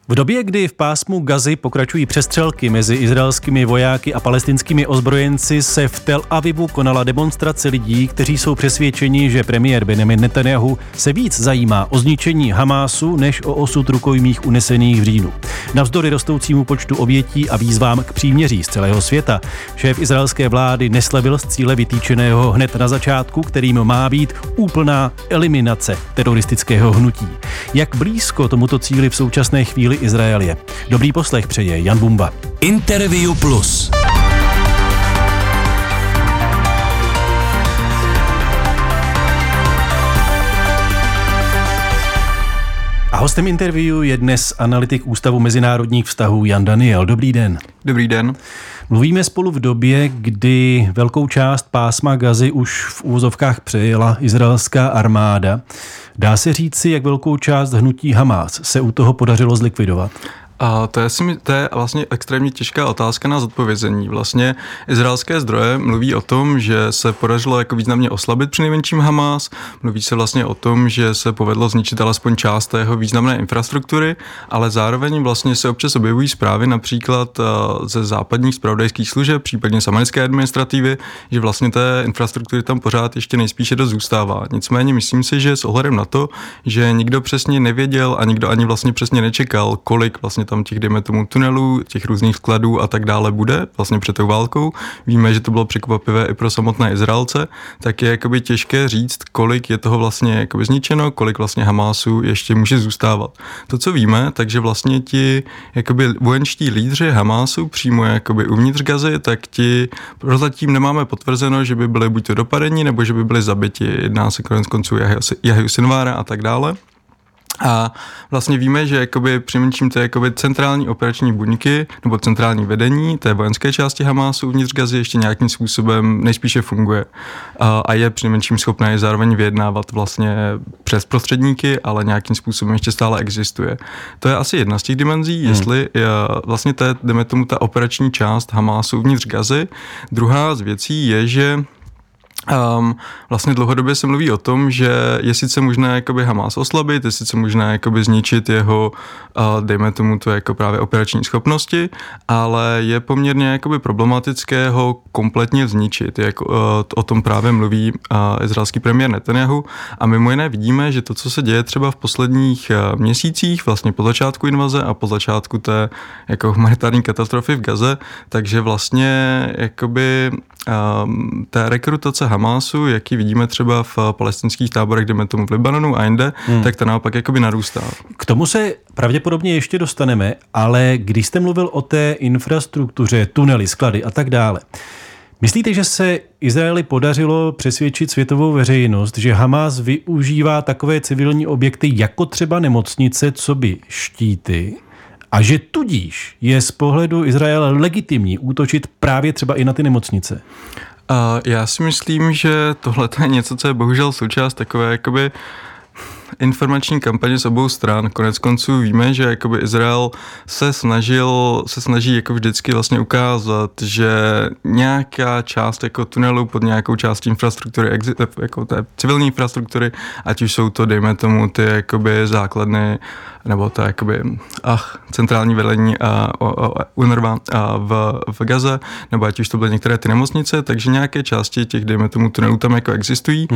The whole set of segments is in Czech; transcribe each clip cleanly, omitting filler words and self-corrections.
V době, kdy v pásmu Gazy pokračují přestřelky mezi izraelskými vojáky a palestinskými ozbrojenci, se v Tel Avivu konala demonstrace lidí, kteří jsou přesvědčeni, že premiér Benjamin Netanjahu se víc zajímá o zničení Hamásu, než o osud rukojmích unesených v říjnu. Navzdory rostoucímu počtu obětí a výzvám k příměří z celého světa, šéf izraelské vlády neslevil z cíle vytýčeného hned na začátku, kterým má být úplná eliminace teroristického hnutí. Jak blízko tomuto cíli v současné chvíli Izrael je? Dobrý poslech přeje Jan Bumba. Interview Plus. A hostem interview je dnes analytik Ústavu mezinárodních vztahů Jan Daniel. Dobrý den. Dobrý den. Mluvíme spolu v době, kdy velkou část pásma Gazy už v úvozovkách přejela izraelská armáda. Dá se říci, jak velkou část hnutí Hamás se u toho podařilo zlikvidovat? A to je vlastně extrémně těžká otázka na zodpovězení. Vlastně izraelské zdroje mluví o tom, že se podařilo jako významně oslabit přinejmenším Hamás. Mluví se vlastně o tom, že se povedlo zničit alespoň část jeho významné infrastruktury, ale zároveň vlastně se občas objevují zprávy například ze západních zpravodajských služeb, případně z americké administrativy, že vlastně té infrastruktury tam pořád ještě nejspíše dost zůstává. Nicméně myslím si, že s ohledem na to, že nikdo přesně nevěděl a nikdo ani vlastně přesně nečekal, kolik vlastně tam těch, dejme tomu, tunelů, těch různých skladů a tak dále bude vlastně před tou válkou. Víme, že to bylo překvapivé i pro samotné Izraelce, tak je jakoby těžké říct, kolik je toho vlastně jakoby zničeno, kolik vlastně Hamásu ještě může zůstávat. To, co víme, takže vlastně ti jakoby vojenští lídři Hamásu přímo jakoby uvnitř Gazy, tak ti prozatím nemáme potvrzeno, že by byli buď to dopadeni, nebo že by byli zabiti. Jedná se konec konců Jahju Sinvára a tak dále. A vlastně víme, že jakoby přinejmenším to jakoby centrální operační buňky nebo centrální vedení té vojenské části Hamásu uvnitř Gazy ještě nějakým způsobem nejspíše funguje. A je přinejmenším schopné zároveň vyjednávat vlastně přes prostředníky, ale nějakým způsobem ještě stále existuje. To je asi jedna z těch dimenzí, jestli vlastně jdeme tomu ta operační část Hamásu uvnitř Gazy. Druhá z věcí je, že vlastně dlouhodobě se mluví o tom, že je sice možné jakoby Hamás oslabit, je sice možné jakoby zničit jeho, dejme tomu to jako právě operační schopnosti, ale je poměrně jakoby problematické ho kompletně zničit. O tom právě mluví izraelský premiér Netanjahu a mimo jiné vidíme, že to, co se děje třeba v posledních měsících, vlastně po začátku invaze a po začátku té jako humanitární katastrofy v Gaze, takže vlastně jakoby ta rekrutace Hamásu, jaký vidíme třeba v palestinských táborech, jdeme tomu v Libanonu a jinde, tak ta naopak jakoby narůstá. K tomu se pravděpodobně ještě dostaneme, ale když jste mluvil o té infrastruktuře, tunely, sklady a tak dále, myslíte, že se Izraeli podařilo přesvědčit světovou veřejnost, že Hamás využívá takové civilní objekty jako třeba nemocnice, co by štíty, a že tudíž je z pohledu Izraele legitimní útočit právě třeba i na ty nemocnice? Já si myslím, že tohle je něco, co je bohužel součást takové jakoby informační kampaně z obou stran. Konec konců víme, že jakoby Izrael se snaží jako vždycky vlastně ukázat, že nějaká část jako tunelu pod nějakou částí infrastruktury, jako té civilní infrastruktury, ať už jsou to, dejme tomu, ty jakoby základny, nebo to jakoby centrální velení UNRWA v Gaze, nebo ať už to byly některé ty nemocnice, takže nějaké části těch, dejme tomu, tunelů tam jako existují.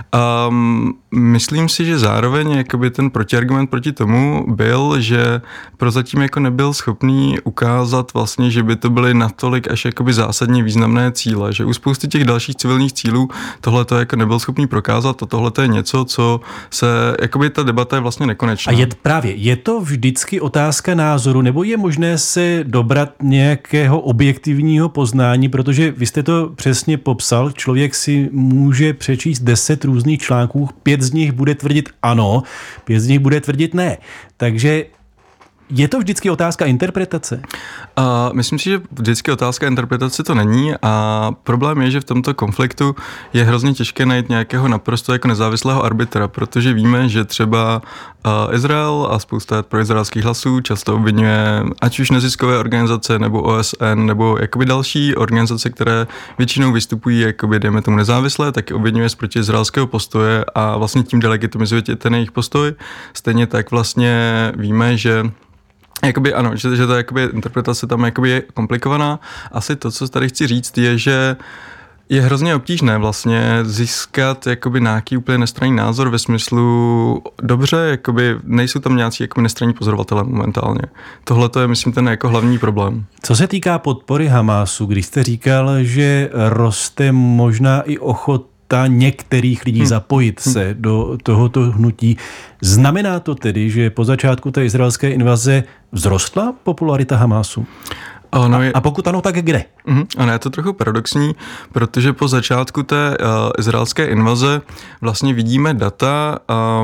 Myslím si, že zároveň jakoby ten protiargument proti tomu byl, že prozatím jako nebyl schopný ukázat vlastně, že by to byly natolik až jakoby zásadně významné cíle, že u spousty těch dalších civilních cílů tohle to jako nebyl schopný prokázat a tohle to je něco, co se, jakoby ta debata je vlastně nekonečná. A je to vždycky otázka názoru, nebo je možné se dobrat nějakého objektivního poznání, protože vy jste to přesně popsal, člověk si může přečíst 10 různých článků, 5 z nich bude tvrdit ano, 5 z nich bude tvrdit ne. Takže je to vždycky otázka interpretace? Myslím si, že vždycky otázka interpretace to není a problém je, že v tomto konfliktu je hrozně těžké najít nějakého naprosto jako nezávislého arbitra, protože víme, že třeba Izrael a spousta proizraelských hlasů často obvinuje ať už neziskové organizace nebo OSN nebo jakoby další organizace, které většinou vystupují jakoby, dejme tomu nezávisle, tak obvinuje z protiizraelského postoje a vlastně tím delegitimizuje ten jejich postoj. Stejně tak vlastně víme, že Jakoby ano, že to jakoby interpretace tam jakoby je komplikovaná. Asi to, co tady chci říct, je, že je hrozně obtížné vlastně získat jakoby nějaký úplně nestranný názor ve smyslu dobře, jakoby nejsou tam nějací jakoby nestranní pozorovatelé momentálně. Tohle to je, myslím, ten jako hlavní problém. Co se týká podpory Hamásu, když jste říkal, že roste možná i ochota některých lidí zapojit se do tohoto hnutí, znamená to tedy, že po začátku té izraelské invaze vzrostla popularita Hamásu? A pokud ano, tak kde? Ano, je to trochu paradoxní, protože po začátku té izraelské invaze vlastně vidíme data,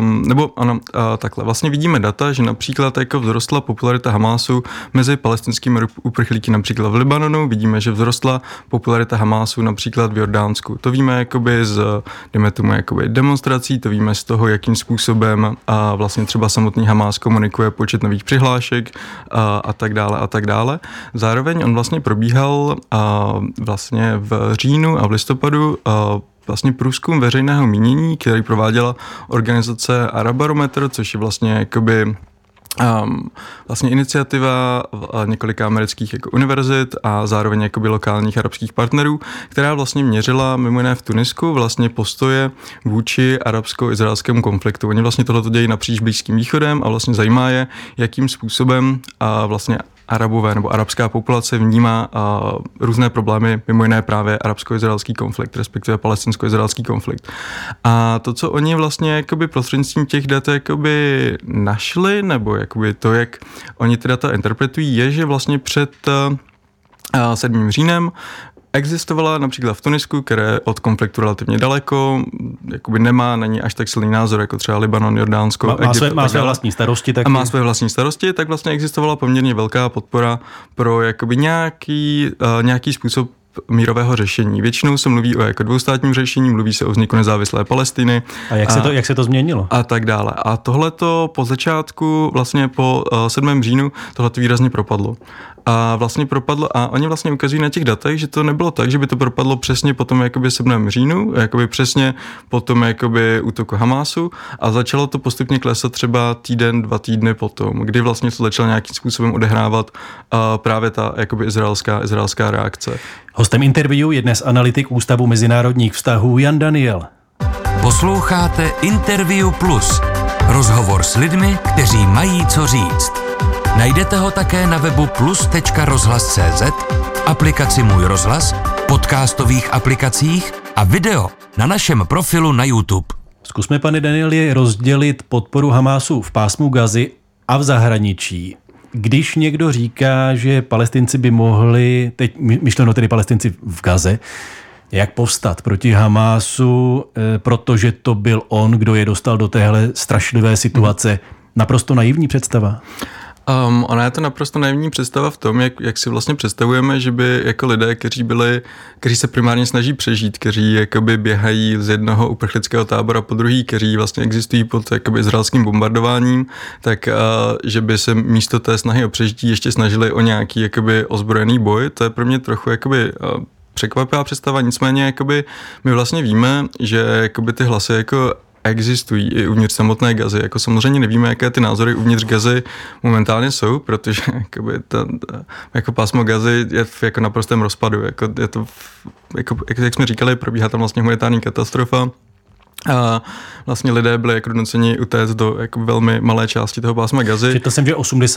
vlastně vidíme data, že například jako vzrostla popularita Hamásu mezi palestinskými uprchlíky například v Libanonu, vidíme, že vzrostla popularita Hamásu například v Jordánsku. To víme jakoby z, dejme tomu, jakoby demonstrací, to víme z toho, jakým způsobem vlastně třeba samotný Hamás komunikuje počet nových přihlášek a tak dále. Zároveň on vlastně probíhal vlastně v říjnu a v listopadu vlastně průzkum veřejného mínění, který prováděla organizace Arabarometr, což je vlastně jakoby vlastně iniciativa několika amerických jako univerzit a zároveň jakoby lokálních arabských partnerů, která vlastně měřila mimo jiné v Tunisku vlastně postoje vůči arabsko-izraelskému konfliktu. Oni vlastně tohleto dějí napříč Blízkým východem a vlastně zajímá je, jakým způsobem vlastně Arabové nebo arabská populace vnímá různé problémy, mimo jiné právě arabsko-izraelský konflikt, respektive palestinsko-izraelský konflikt. A to, co oni vlastně jakoby prostřednictvím těch dat jakoby našli, nebo jakoby to, jak oni ty data interpretují, je, že vlastně před 7. říjnem existovala například v Tunisku, které je od konfliktu relativně daleko, jakoby není až tak silný názor, jako třeba Libanon, Jordánsko, Egypt. Má své vlastní starosti taky. A má své vlastní starosti, tak vlastně existovala poměrně velká podpora pro jakoby nějaký způsob mírového řešení. Většinou se mluví o jako dvoustátním řešení, mluví se o vzniku nezávislé Palestiny. A jak se to změnilo? A tak dále. A tohleto po začátku, vlastně po 7. říjnu, tohleto výrazně propadlo. A vlastně propadlo, a oni vlastně ukazují na těch datech, že to nebylo tak, že by to propadlo přesně po tom jakoby 7. říjnu, jakoby přesně po tom jakoby útoku Hamásu, a začalo to postupně klesat třeba týden, 2 týdny potom, kdy vlastně to začalo nějakým způsobem odehrávat právě ta jakoby izraelská reakce. Hostem interview je dnes analytik Ústavu mezinárodních vztahů Jan Daniel. Posloucháte Interview Plus. Rozhovor s lidmi, kteří mají co říct. Najdete ho také na webu plus.rozhlas.cz, aplikaci Můj rozhlas, podcastových aplikacích a video na našem profilu na YouTube. Zkusme, pane Danieli, rozdělit podporu Hamásu v pásmu Gazy a v zahraničí. Když někdo říká, že Palestinci by mohli, teď myšleno tedy Palestinci v Gaze, jak povstat proti Hamásu, protože to byl on, kdo je dostal do téhle strašlivé situace. Naprosto naivní představa. Ona je to naprosto naivní představa v tom, jak si vlastně představujeme, že by jako lidé, kteří se primárně snaží přežít, kteří jakoby běhají z jednoho uprchlického tábora po druhý, kteří vlastně existují pod jakoby izraelským bombardováním, tak že by se místo té snahy o přežití ještě snažili o nějaký jakoby ozbrojený boj, to je pro mě trochu jakoby překvapivá představa, nicméně jakoby my vlastně víme, že jakoby ty hlasy jako existují i uvnitř samotné Gazy. Jako samozřejmě nevíme, jaké ty názory uvnitř Gazy momentálně jsou, protože jako pásmo Gazy je v jako naprostém rozpadu. Jak jsme říkali, probíhá tam vlastně humanitární katastrofa. A vlastně lidé byli jako donuceni utéct do jako velmi malé části toho pásma Gazy. Četl jsem, že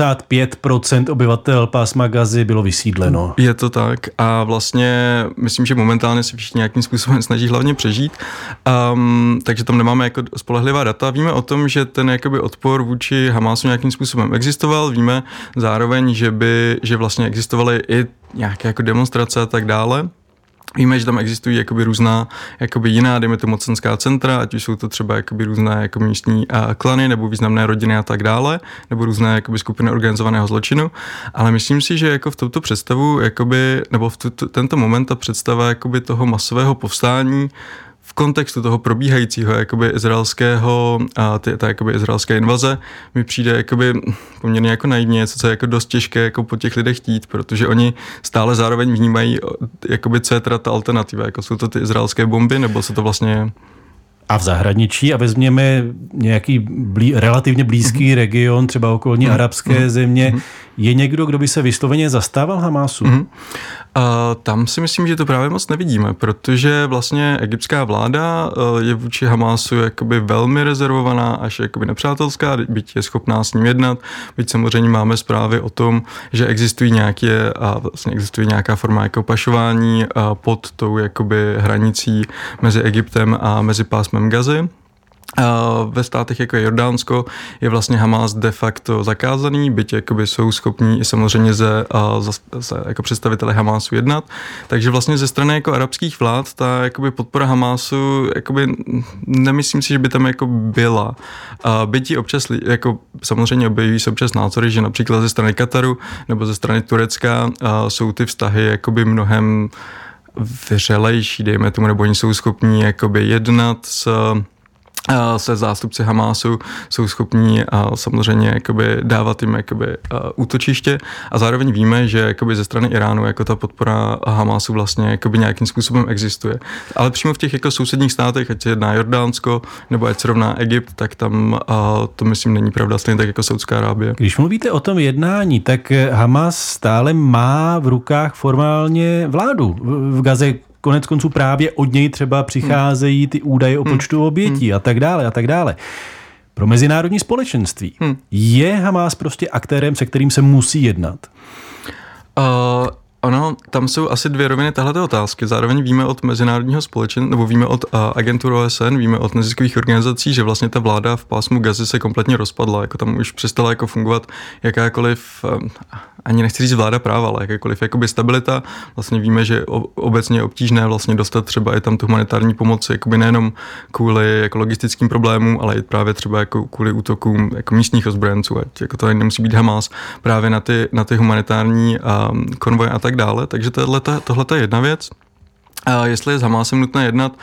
85% obyvatel pásma Gazy bylo vysídleno. Je to tak a vlastně myslím, že momentálně se všichni nějakým způsobem snaží hlavně přežít, takže tam nemáme jako spolehlivá data. Víme o tom, že ten jakoby odpor vůči Hamásu nějakým způsobem existoval, víme zároveň, že vlastně existovaly i nějaké jako demonstrace a tak dále. Víme, že tam existují jakoby různá jakoby jiná, dejme to mocenská centra, ať už jsou to třeba jakoby různé jako místní klany nebo významné rodiny a tak dále, nebo různé jakoby skupiny organizovaného zločinu, ale myslím si, že jako v touto představu jakoby, nebo v tento moment ta představa jakoby toho masového povstání v kontextu toho probíhajícího jakoby izraelského, ta jakoby izraelské invaze mi přijde jakoby poměrně jako naivně, něco jako dost těžké jako po těch lidech chtít, protože oni stále zároveň vnímají jakoby, co je teda ta alternativa, jako jsou to ty izraelské bomby, nebo co to vlastně a v zahraničí a vezměme nějaký relativně blízký region, třeba okolní arabské země. Je někdo, kdo by se vysloveně zastával Hamásu? Tam si myslím, že to právě moc nevidíme, protože vlastně egyptská vláda je vůči Hamásu jakoby velmi rezervovaná, až jakoby nepřátelská, byť je schopná s ním jednat, byť samozřejmě máme zprávy o tom, že existují nějaká forma jako pašování pod tou jakoby hranicí mezi Egyptem a mezi pásmem Gazy. Ve státech jako je Jordánsko je vlastně Hamás de facto zakázaný, byť jakoby jsou schopní i samozřejmě jako představitelé Hamásu jednat, takže vlastně ze strany jako arabských vlád ta jakoby podpora Hamásu jakoby nemyslím si, že by tam jako byla. Byť občas jako samozřejmě objevují se občas názory, že například ze strany Kataru nebo ze strany Turecka jsou ty vztahy jakoby mnohem vyřelejší, dejme tomu, nebo oni jsou schopní jakoby jednat se zástupci Hamásu, jsou schopní samozřejmě jakoby dávat jim jakoby útočiště a zároveň víme, že jakoby ze strany Iránu jako ta podpora Hamásu vlastně jakoby nějakým způsobem existuje. Ale přímo v těch jako sousedních státech, ať se jedná Jordánsko nebo ať se rovná Egypt, tak tam to myslím není pravda, stejně tak jako Saudská Arábie. Když mluvíte o tom jednání, tak Hamás stále má v rukách formálně vládu v Gaze. Konec konců právě od něj třeba přicházejí ty údaje o počtu obětí a tak dále a tak dále. Pro mezinárodní společenství je Hamás prostě aktérem, se kterým se musí jednat? Ono, tam jsou asi dvě roviny tahlete otázky. Zároveň víme od mezinárodního společenství, nebo víme od agentur OSN, víme od neziskových organizací, že vlastně ta vláda v pásmu Gazy se kompletně rozpadla. Jako tam už přestala jako fungovat jakákoliv, ani nechci říct vláda práva, ale jakákoliv jakoby stabilita. Vlastně víme, že obecně je obtížné vlastně dostat třeba i tam tu humanitární pomoc, jakoby nejenom kvůli jako logistickým problémům, ale i právě třeba jako kvůli útokům jako místních ozbrojenců, ať jako to nemusí být Hamás, právě na ty humanitární konvoje a tak dále. Takže tohle je jedna věc. Jestli je s Hamásem nutné jednat,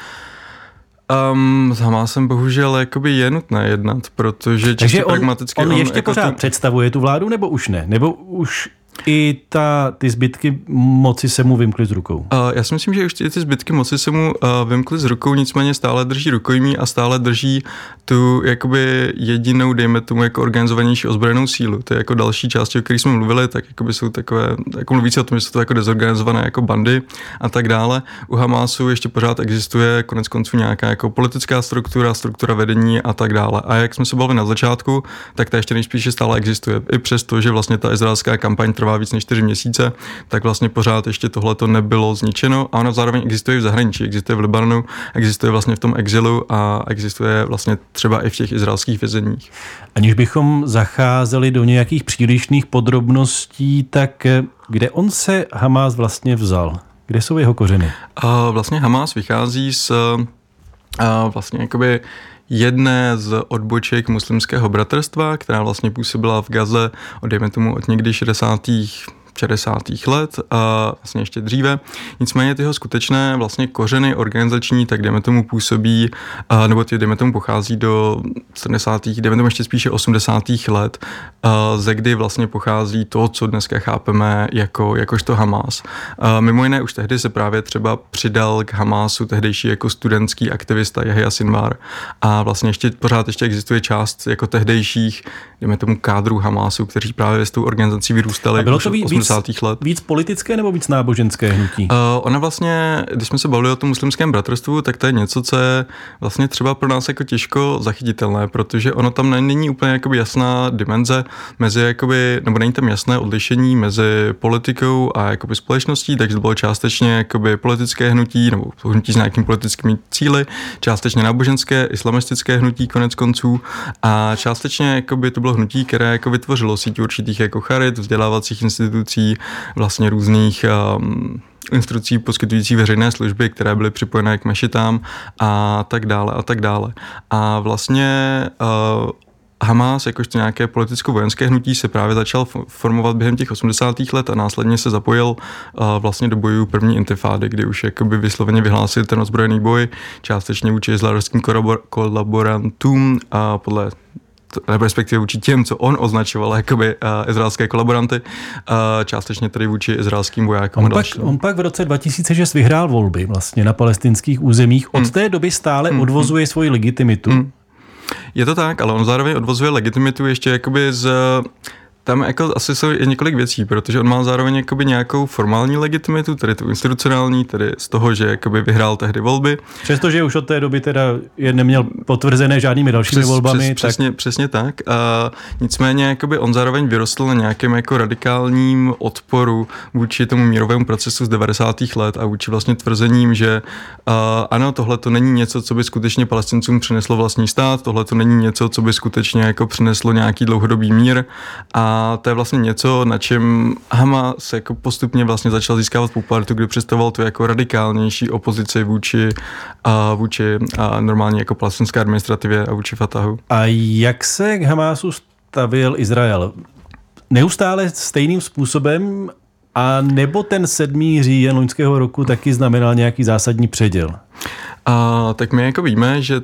s Hamásem bohužel jakoby je nutné jednat, protože čistě pragmaticky... On ještě jako pořád představuje tu vládu, nebo už ne? Nebo už i ty zbytky moci se mu vymkly z rukou? Já si myslím, že už ty zbytky moci se mu vymkly z rukou, nicméně stále drží rukojmí a stále drží tu jakoby jedinou, dejme tomu, jako organizovanější ozbrojenou sílu. Ty jako další části, o kterých jsme mluvili, tak jakoby jsou takové, jako mluví se o tom, že jsou to jako dezorganizované jako bandy a tak dále. U Hamásu ještě pořád existuje konec konců nějaká jako politická struktura vedení a tak dále. A jak jsme se bavili na začátku, tak ta ještě nejspíše stále existuje. I přesto, že vlastně ta izraelská kampaň trvá víc než 4 měsíce, tak vlastně pořád ještě tohleto nebylo zničeno a ona zároveň existuje v zahraničí, existuje v Libanonu, existuje vlastně v tom exilu a existuje vlastně třeba i v těch izraelských vězeních. Aniž bychom zacházeli do nějakých přílišných podrobností, tak kde on se Hamás vlastně vzal? Kde jsou jeho kořeny? Vlastně Hamás vychází z vlastně jakoby jedné z odboček muslimského bratrstva, která vlastně působila v Gaze dejme tomu od někdy 60. let a vlastně ještě dříve. Nicméně tyho skutečné vlastně kořeny organizační, tak dejme tomu působí, nebo ty dejme tomu pochází do 70. dejme tomu ještě spíše 80. let, ze kdy vlastně pochází to, co dneska chápeme jakožto Hamás. Mimo jiné už tehdy se právě třeba přidal k Hamásu tehdejší jako studentský aktivista Jahja Sinwar a vlastně pořád ještě existuje část jako tehdejších, dejme tomu kádrů Hamásu, kteří právě s tou organizací vyrůstali už od 80. let. Víc politické nebo víc náboženské hnutí? Ona vlastně, když jsme se bavili o tom muslimském bratrstvu, tak to je něco, co je vlastně třeba pro nás jako těžko zachytitelné, protože ono tam není úplně jakoby jasná dimenze mezi jakoby, nebo není tam jasné odlišení mezi politikou a jakoby společností, takže to bylo částečně jakoby politické hnutí nebo hnutí s nějakými politickými cíli, částečně náboženské, islamistické hnutí konec konců a částečně jakoby to bylo hnutí, které jako vytvořilo síť určitých jako charit, vzdělávacích institucí, vlastně různých institucí poskytující veřejné služby, které byly připojené k mešitám a tak dále a tak dále. A vlastně Hamás, jakožto nějaké politicko-vojenské hnutí, se právě začal formovat během těch 80. let a následně se zapojil vlastně do bojů první intifády, kdy už jakoby vysloveně vyhlásil ten ozbrojený boj, částečně vůči izraelským kolaborantům a podle respektive vůči těm, co on označoval jakoby izraelské kolaboranty, částečně tedy vůči izraelským vojákům. On pak v roce 2006 vyhrál volby vlastně na palestinských územích. Od té doby stále odvozuje svoji legitimitu. Je to tak, ale on zároveň odvozuje legitimitu ještě jakoby Tam jako asi jsou několik věcí, protože on má zároveň jakoby nějakou formální legitimitu, tedy tu institucionální, tedy z toho, že jakoby vyhrál tehdy volby. Přestože už od té doby teda je neměl potvrzené žádnými dalšími volbami. Přesně tak. A nicméně jakoby on zároveň vyrostl na nějakém jako radikálním odporu vůči tomu mírovému procesu z 90. let a vůči vlastně tvrzením, že ano, tohle to není něco, co by skutečně Palestincům přineslo vlastní stát, tohle to není něco, co by skutečně jako přineslo nějaký dlouhodobý mír a to je vlastně něco, na čem Hamas jako postupně vlastně začal získávat popularitu, kdy představoval tu jako radikálnější opozici vůči normálně jako palestinské administrativě a vůči Fatahu. A jak se k Hamásu stavil Izrael? Neustále stejným způsobem a nebo ten 7. říjen loňského roku taky znamenal nějaký zásadní předěl? Tak my jako víme, že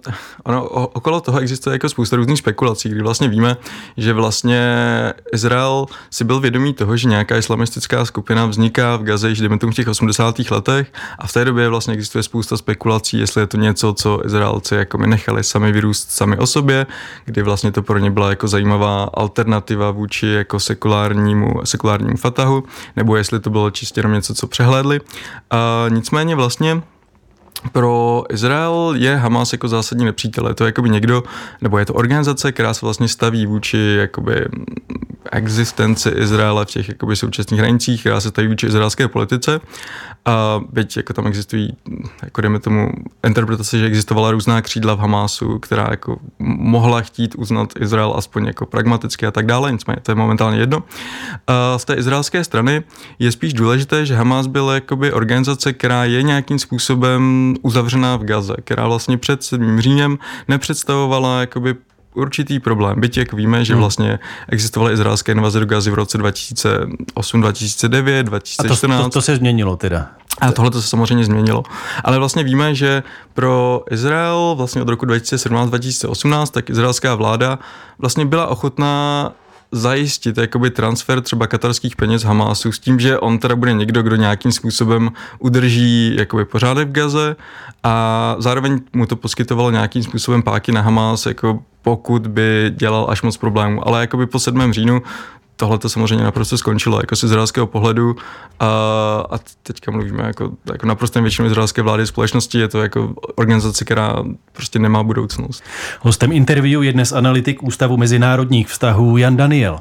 okolo toho existuje jako spousta různých spekulací, kdy vlastně víme, že vlastně Izrael si byl vědomý toho, že nějaká islamistická skupina vzniká v Gaze již v těch 80. letech a v té době vlastně existuje spousta spekulací, jestli je to něco, co Izraelci jako my nechali sami vyrůst sami o sobě, kdy vlastně to pro ně byla jako zajímavá alternativa vůči jako sekulárnímu Fatahu, nebo jestli to bylo čistě jenom něco, co přehlédli. Nicméně vlastně pro Izrael je Hamas jako zásadní nepřítel. Je to jakoby někdo, nebo je to organizace, která se vlastně staví vůči jakoby existenci Izraele v těch jakoby současných hranicích, která se staví vůči izraelské politice. A byť jako tam existují, jako dejme tomu, interpretace, že existovala různá křídla v Hamasu, která jako mohla chtít uznat Izrael aspoň jako pragmaticky a tak dále, nicméně to je momentálně jedno. A z té izraelské strany je spíš důležité, že Hamas byl jakoby organizace, která je nějakým způsobem uzavřená v Gaze, která vlastně před 7. říjnem nepředstavovala jakoby určitý problém. Byť jak víme, že vlastně existovaly izraelské invaze do Gazy v roce 2008, 2009, 2014. A to se změnilo teda. A tohle to se samozřejmě změnilo. Ale vlastně víme, že pro Izrael vlastně od roku 2017-2018 tak izraelská vláda vlastně byla ochotná zajistit jakoby transfer třeba katarských peněz Hamásu s tím, že on teda bude někdo, kdo nějakým způsobem udrží jakoby pořádek v Gaze a zároveň mu to poskytovalo nějakým způsobem páky na Hamás, jako pokud by dělal až moc problémů. Ale jakoby po 7. říjnu tohle to samozřejmě naprosto skončilo, jako z izraelského pohledu a teďka mluvíme jako naprosto většinou izraelské vlády společnosti, je to jako organizace, která prostě nemá budoucnost. Hostem interview je dnes analytik Ústavu mezinárodních vztahů Jan Daniel.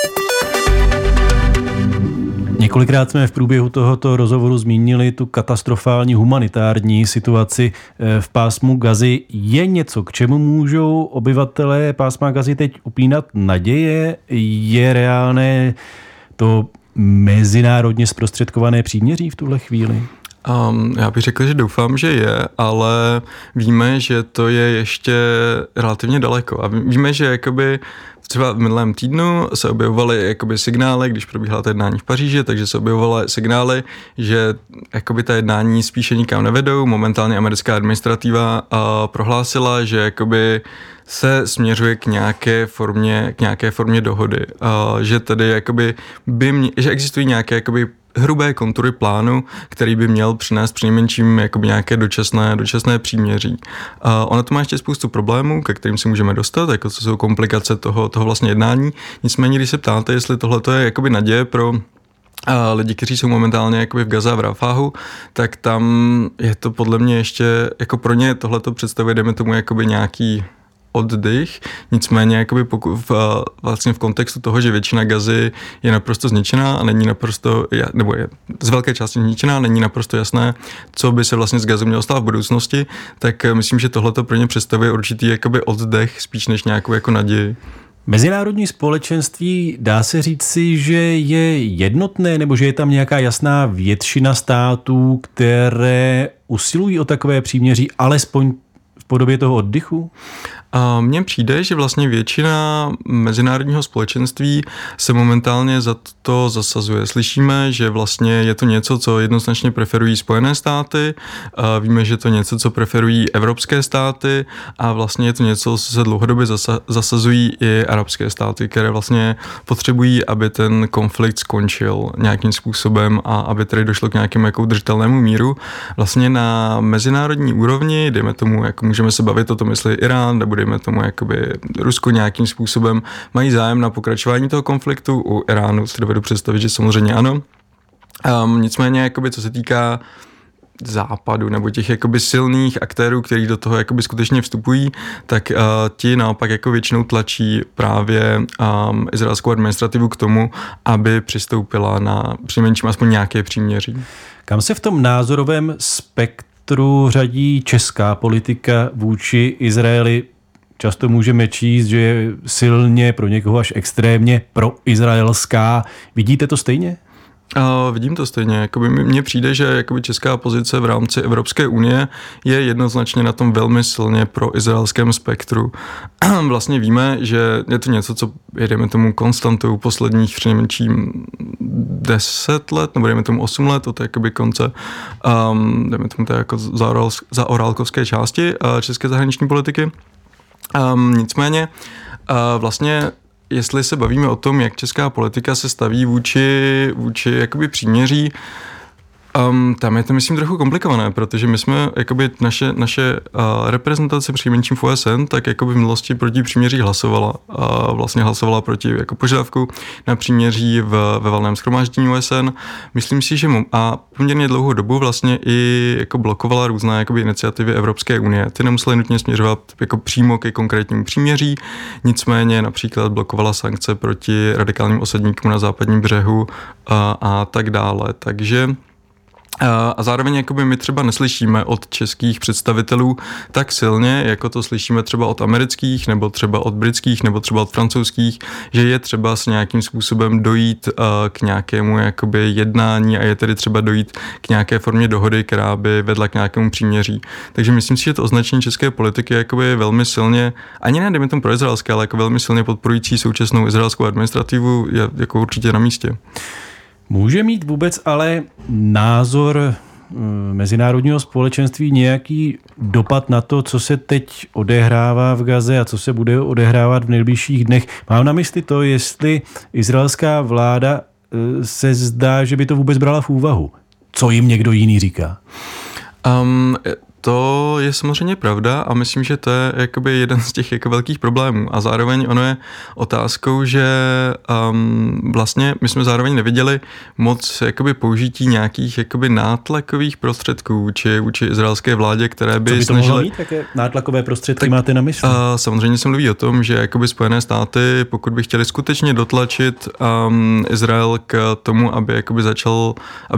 Několikrát jsme v průběhu tohoto rozhovoru zmínili tu katastrofální humanitární situaci v pásmu Gazy. Je něco, k čemu můžou obyvatelé pásma Gazy teď upínat naděje? Je reálné to mezinárodně zprostředkované příměří v tuhle chvíli? Já bych řekl, že doufám, že je, ale víme, že to je ještě relativně daleko. A víme, že jakoby třeba v minulém týdnu se objevovaly jakoby signály, když probíhala ta jednání v Paříži, takže se objevovaly signály, že jakoby ta jednání spíše nikam nevedou. Momentálně americká administrativa prohlásila, že jakoby se směřuje k nějaké formě dohody. Že tedy jakoby že existují nějaké jakoby hrubé kontury plánu, který by měl přinést přinejmenším jakoby nějaké dočasné příměří. Ono to má ještě spoustu problémů, ke kterým si můžeme dostat, jako co jsou komplikace toho vlastně jednání. Nicméně, když se ptáte, jestli tohle je jakoby naděje pro lidi, kteří jsou momentálně jakoby v Gaze a v Rafahu, tak tam je to podle mě ještě, jako pro ně tohleto představuje, dejme tomu jakoby nějaký oddych, nicméně jakoby vlastně v kontextu toho, že většina Gazy je naprosto zničená a není naprosto, nebo je z velké části zničená, není naprosto jasné, co by se vlastně z Gazy mělo stát v budoucnosti, tak myslím, že tohleto pro ně představuje určitý jakoby oddech spíš než nějakou jako naději. Mezinárodní společenství, dá se říci, že je jednotné, nebo že je tam nějaká jasná většina států, které usilují o takové příměří, alespoň v podobě toho oddychu? Mně přijde, že vlastně většina mezinárodního společenství se momentálně za to zasazuje. Slyšíme, že vlastně je to něco, co jednoznačně preferují Spojené státy, víme, že to něco, co preferují evropské státy a vlastně je to něco, co se dlouhodobě zasazují i arabské státy, které vlastně potřebují, aby ten konflikt skončil nějakým způsobem a aby tedy došlo k nějakému jako udržitelnému míru. Vlastně na mezinárodní úrovni, dejme tomu jako můžeme se bavit o tom, jestli Irán, nebo dejme tomu jakoby Rusko nějakým způsobem mají zájem na pokračování toho konfliktu. U Iránu si dovedu představit, že samozřejmě ano. Nicméně, jakoby, co se týká západu nebo těch jakoby silných aktérů, kteří do toho jakoby skutečně vstupují, tak ti naopak jako většinou tlačí právě izraelskou administrativu k tomu, aby přistoupila na přinejmenším aspoň nějaké příměří. Kam se v tom názorovém spektru řadí česká politika vůči Izraeli? Často můžeme číst, že je silně, pro někoho až extrémně proizraelská. Vidíte to stejně? Vidím to stejně. Jakoby mně přijde, že jakoby česká pozice v rámci Evropské unie je jednoznačně na tom velmi silně pro izraelském spektru. Vlastně víme, že je to něco, co jedeme tomu konstantou posledních přinejmenším 10 let, nebo dejme tomu 8 let, od jakoby konce, dejme tomu jako za orálkovské části české zahraniční politiky. Nicméně vlastně jestli se bavíme o tom, jak česká politika se staví vůči jakoby příměří, tam je to, myslím, trochu komplikované, protože my jsme, jakoby naše reprezentace přinejmenším v OSN, tak jakoby v minulosti proti příměří hlasovala. Vlastně hlasovala proti jako požadavku na příměří ve valném shromáždění OSN. Myslím si, že a poměrně dlouhou dobu vlastně i jako blokovala různé jakoby iniciativy Evropské unie. Ty nemusely nutně směřovat jako přímo ke konkrétnímu příměří, nicméně například blokovala sankce proti radikálním osadníkům na západním břehu a tak dále. Takže a zároveň jakoby my třeba neslyšíme od českých představitelů tak silně, jako to slyšíme třeba od amerických, nebo třeba od britských, nebo třeba od francouzských, že je třeba s nějakým způsobem dojít k nějakému jakoby jednání a je tedy třeba dojít k nějaké formě dohody, která by vedla k nějakému příměří. Takže myslím si, že to označení české politiky jakoby je velmi silně, ani ne dejme tomu proizraelské, ale jako velmi silně podporující současnou izraelskou administrativu je jako určitě na místě. Může mít vůbec ale názor mezinárodního společenství nějaký dopad na to, co se teď odehrává v Gaze a co se bude odehrávat v nejbližších dnech? Mám na mysli to, jestli izraelská vláda se zdá, že by to vůbec brala v úvahu. Co jim někdo jiný říká? To je samozřejmě pravda a myslím, že to je jakoby jeden z těch jako velkých problémů a zároveň ono je otázkou, že vlastně my jsme zároveň neviděli moc jakoby použití nějakých jakoby nátlakových prostředků vůči izraelské vládě, které by snažily... Co by to mohlo mít? Jaké nátlakové prostředky tak, máte na mysli? Samozřejmě se mluví o tom, že jakoby Spojené státy, pokud by chtěli skutečně dotlačit Izrael k tomu, aby jakoby začal,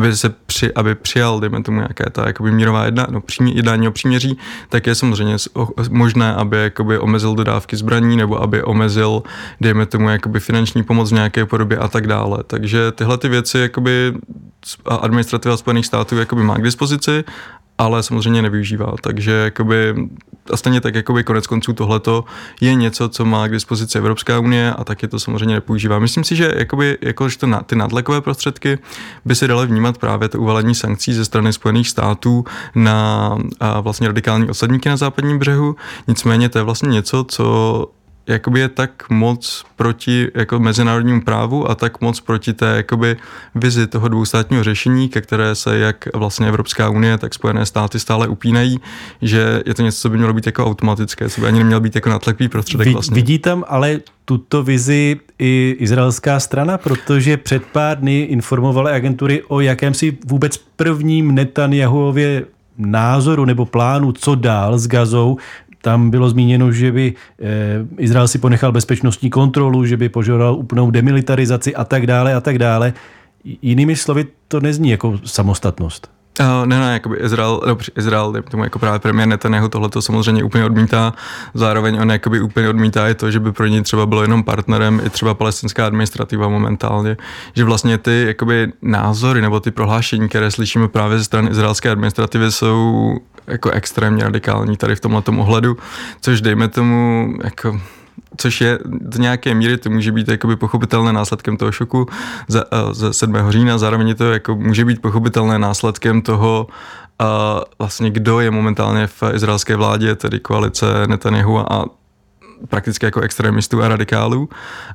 aby přijal, dejme tomu nějaké ta jakoby mírová jednání o příměří, tak je samozřejmě možné, aby jakoby omezil dodávky zbraní nebo aby omezil, dejme tomu, jakoby finanční pomoc v nějaké podobě a tak dále. Takže tyhle ty věci jakoby administrativa Spojených států jakoby má k dispozici, ale samozřejmě nevyužívá. Takže jakoby, a stejně tak jakoby konec konců tohleto je něco, co má k dispozici Evropská unie a taky to samozřejmě nepoužívá. Myslím si, že jakoby, ty nátlakové prostředky by se daly vnímat právě to uvalení sankcí ze strany Spojených států na vlastně radikální osadníky na západním břehu. Nicméně to je vlastně něco, co jakoby je tak moc proti jako mezinárodnímu právu a tak moc proti té jakoby vizi toho dvoustátního řešení, ke které se jak vlastně Evropská unie, tak Spojené státy stále upínají, že je to něco, co by mělo být jako automatické, co by ani nemělo být jako nátlakový prostředek vlastně. Vidí tam ale tuto vizi i izraelská strana, protože před pár dny informovaly agentury o jakémsi vůbec prvním Netanjahuově názoru nebo plánu, co dál s Gazou. Tam bylo zmíněno, že by Izrael si ponechal bezpečnostní kontrolu, že by požadoval úplnou demilitarizaci a tak dále a tak dále. Jinými slovy to nezní jako samostatnost. Ne, jakoby Izrael, tomu jako právě premiér Netanjahu tohleto samozřejmě úplně odmítá. Zároveň on jakoby úplně odmítá i to, že by pro něj třeba bylo jenom partnerem i třeba palestinská administrativa momentálně. Že vlastně ty jakoby názory nebo ty prohlášení, které slyšíme právě ze strany izraelské administrativy, jsou jako extrémně radikální tady v tomhletom ohledu, což dejme tomu jako... Což je do nějaké míry, to může být jakoby pochopitelné následkem toho šoku ze 7. října, zároveň to jako může být pochopitelné následkem toho, vlastně kdo je momentálně v izraelské vládě, tedy koalice Netanjahu a prakticky jako extremistů a radikálů.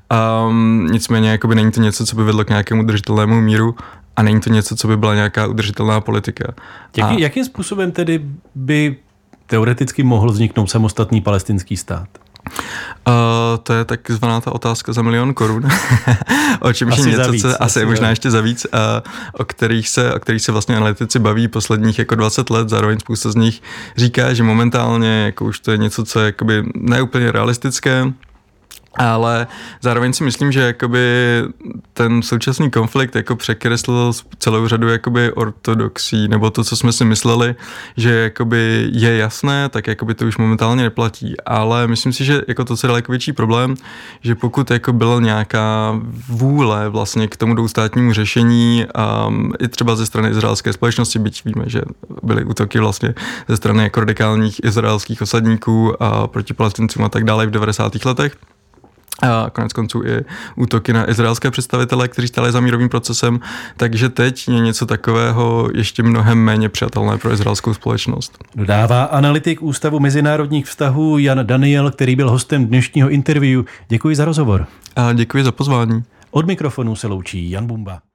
Nicméně jakoby není to něco, co by vedlo k nějakému udržitelnému míru a není to něco, co by byla nějaká udržitelná politika. Jakým způsobem tedy by teoreticky mohl vzniknout samostatný palestinský stát? To je takzvaná ta otázka za 1 000 000 korun, o čemž je něco, co asi možná ještě za víc, o kterých se vlastně analytici baví posledních jako 20 let, zároveň spousta z nich říká, že momentálně jako už to je něco, co je jakoby neúplně realistické, ale zároveň si myslím, že jakoby ten současný konflikt jako překreslil celou řadu jakoby ortodoxí, nebo to, co jsme si mysleli, že jakoby je jasné, tak jakoby to už momentálně neplatí. Ale myslím si, že jako to je daleko větší problém, že pokud jako byla nějaká vůle vlastně k tomu dvoustátnímu řešení, i třeba ze strany izraelské společnosti, byť víme, že byly útoky vlastně ze strany jako radikálních izraelských osadníků proti Palestincům a tak dále v 90. letech, a konec konců i útoky na izraelské představitele, kteří stáli za mírovým procesem, takže teď je něco takového ještě mnohem méně přijatelné pro izraelskou společnost. Dodává analytik Ústavu mezinárodních vztahů Jan Daniel, který byl hostem dnešního interview. Děkuji za rozhovor. A děkuji za pozvání. Od mikrofonu se loučí Jan Bumba.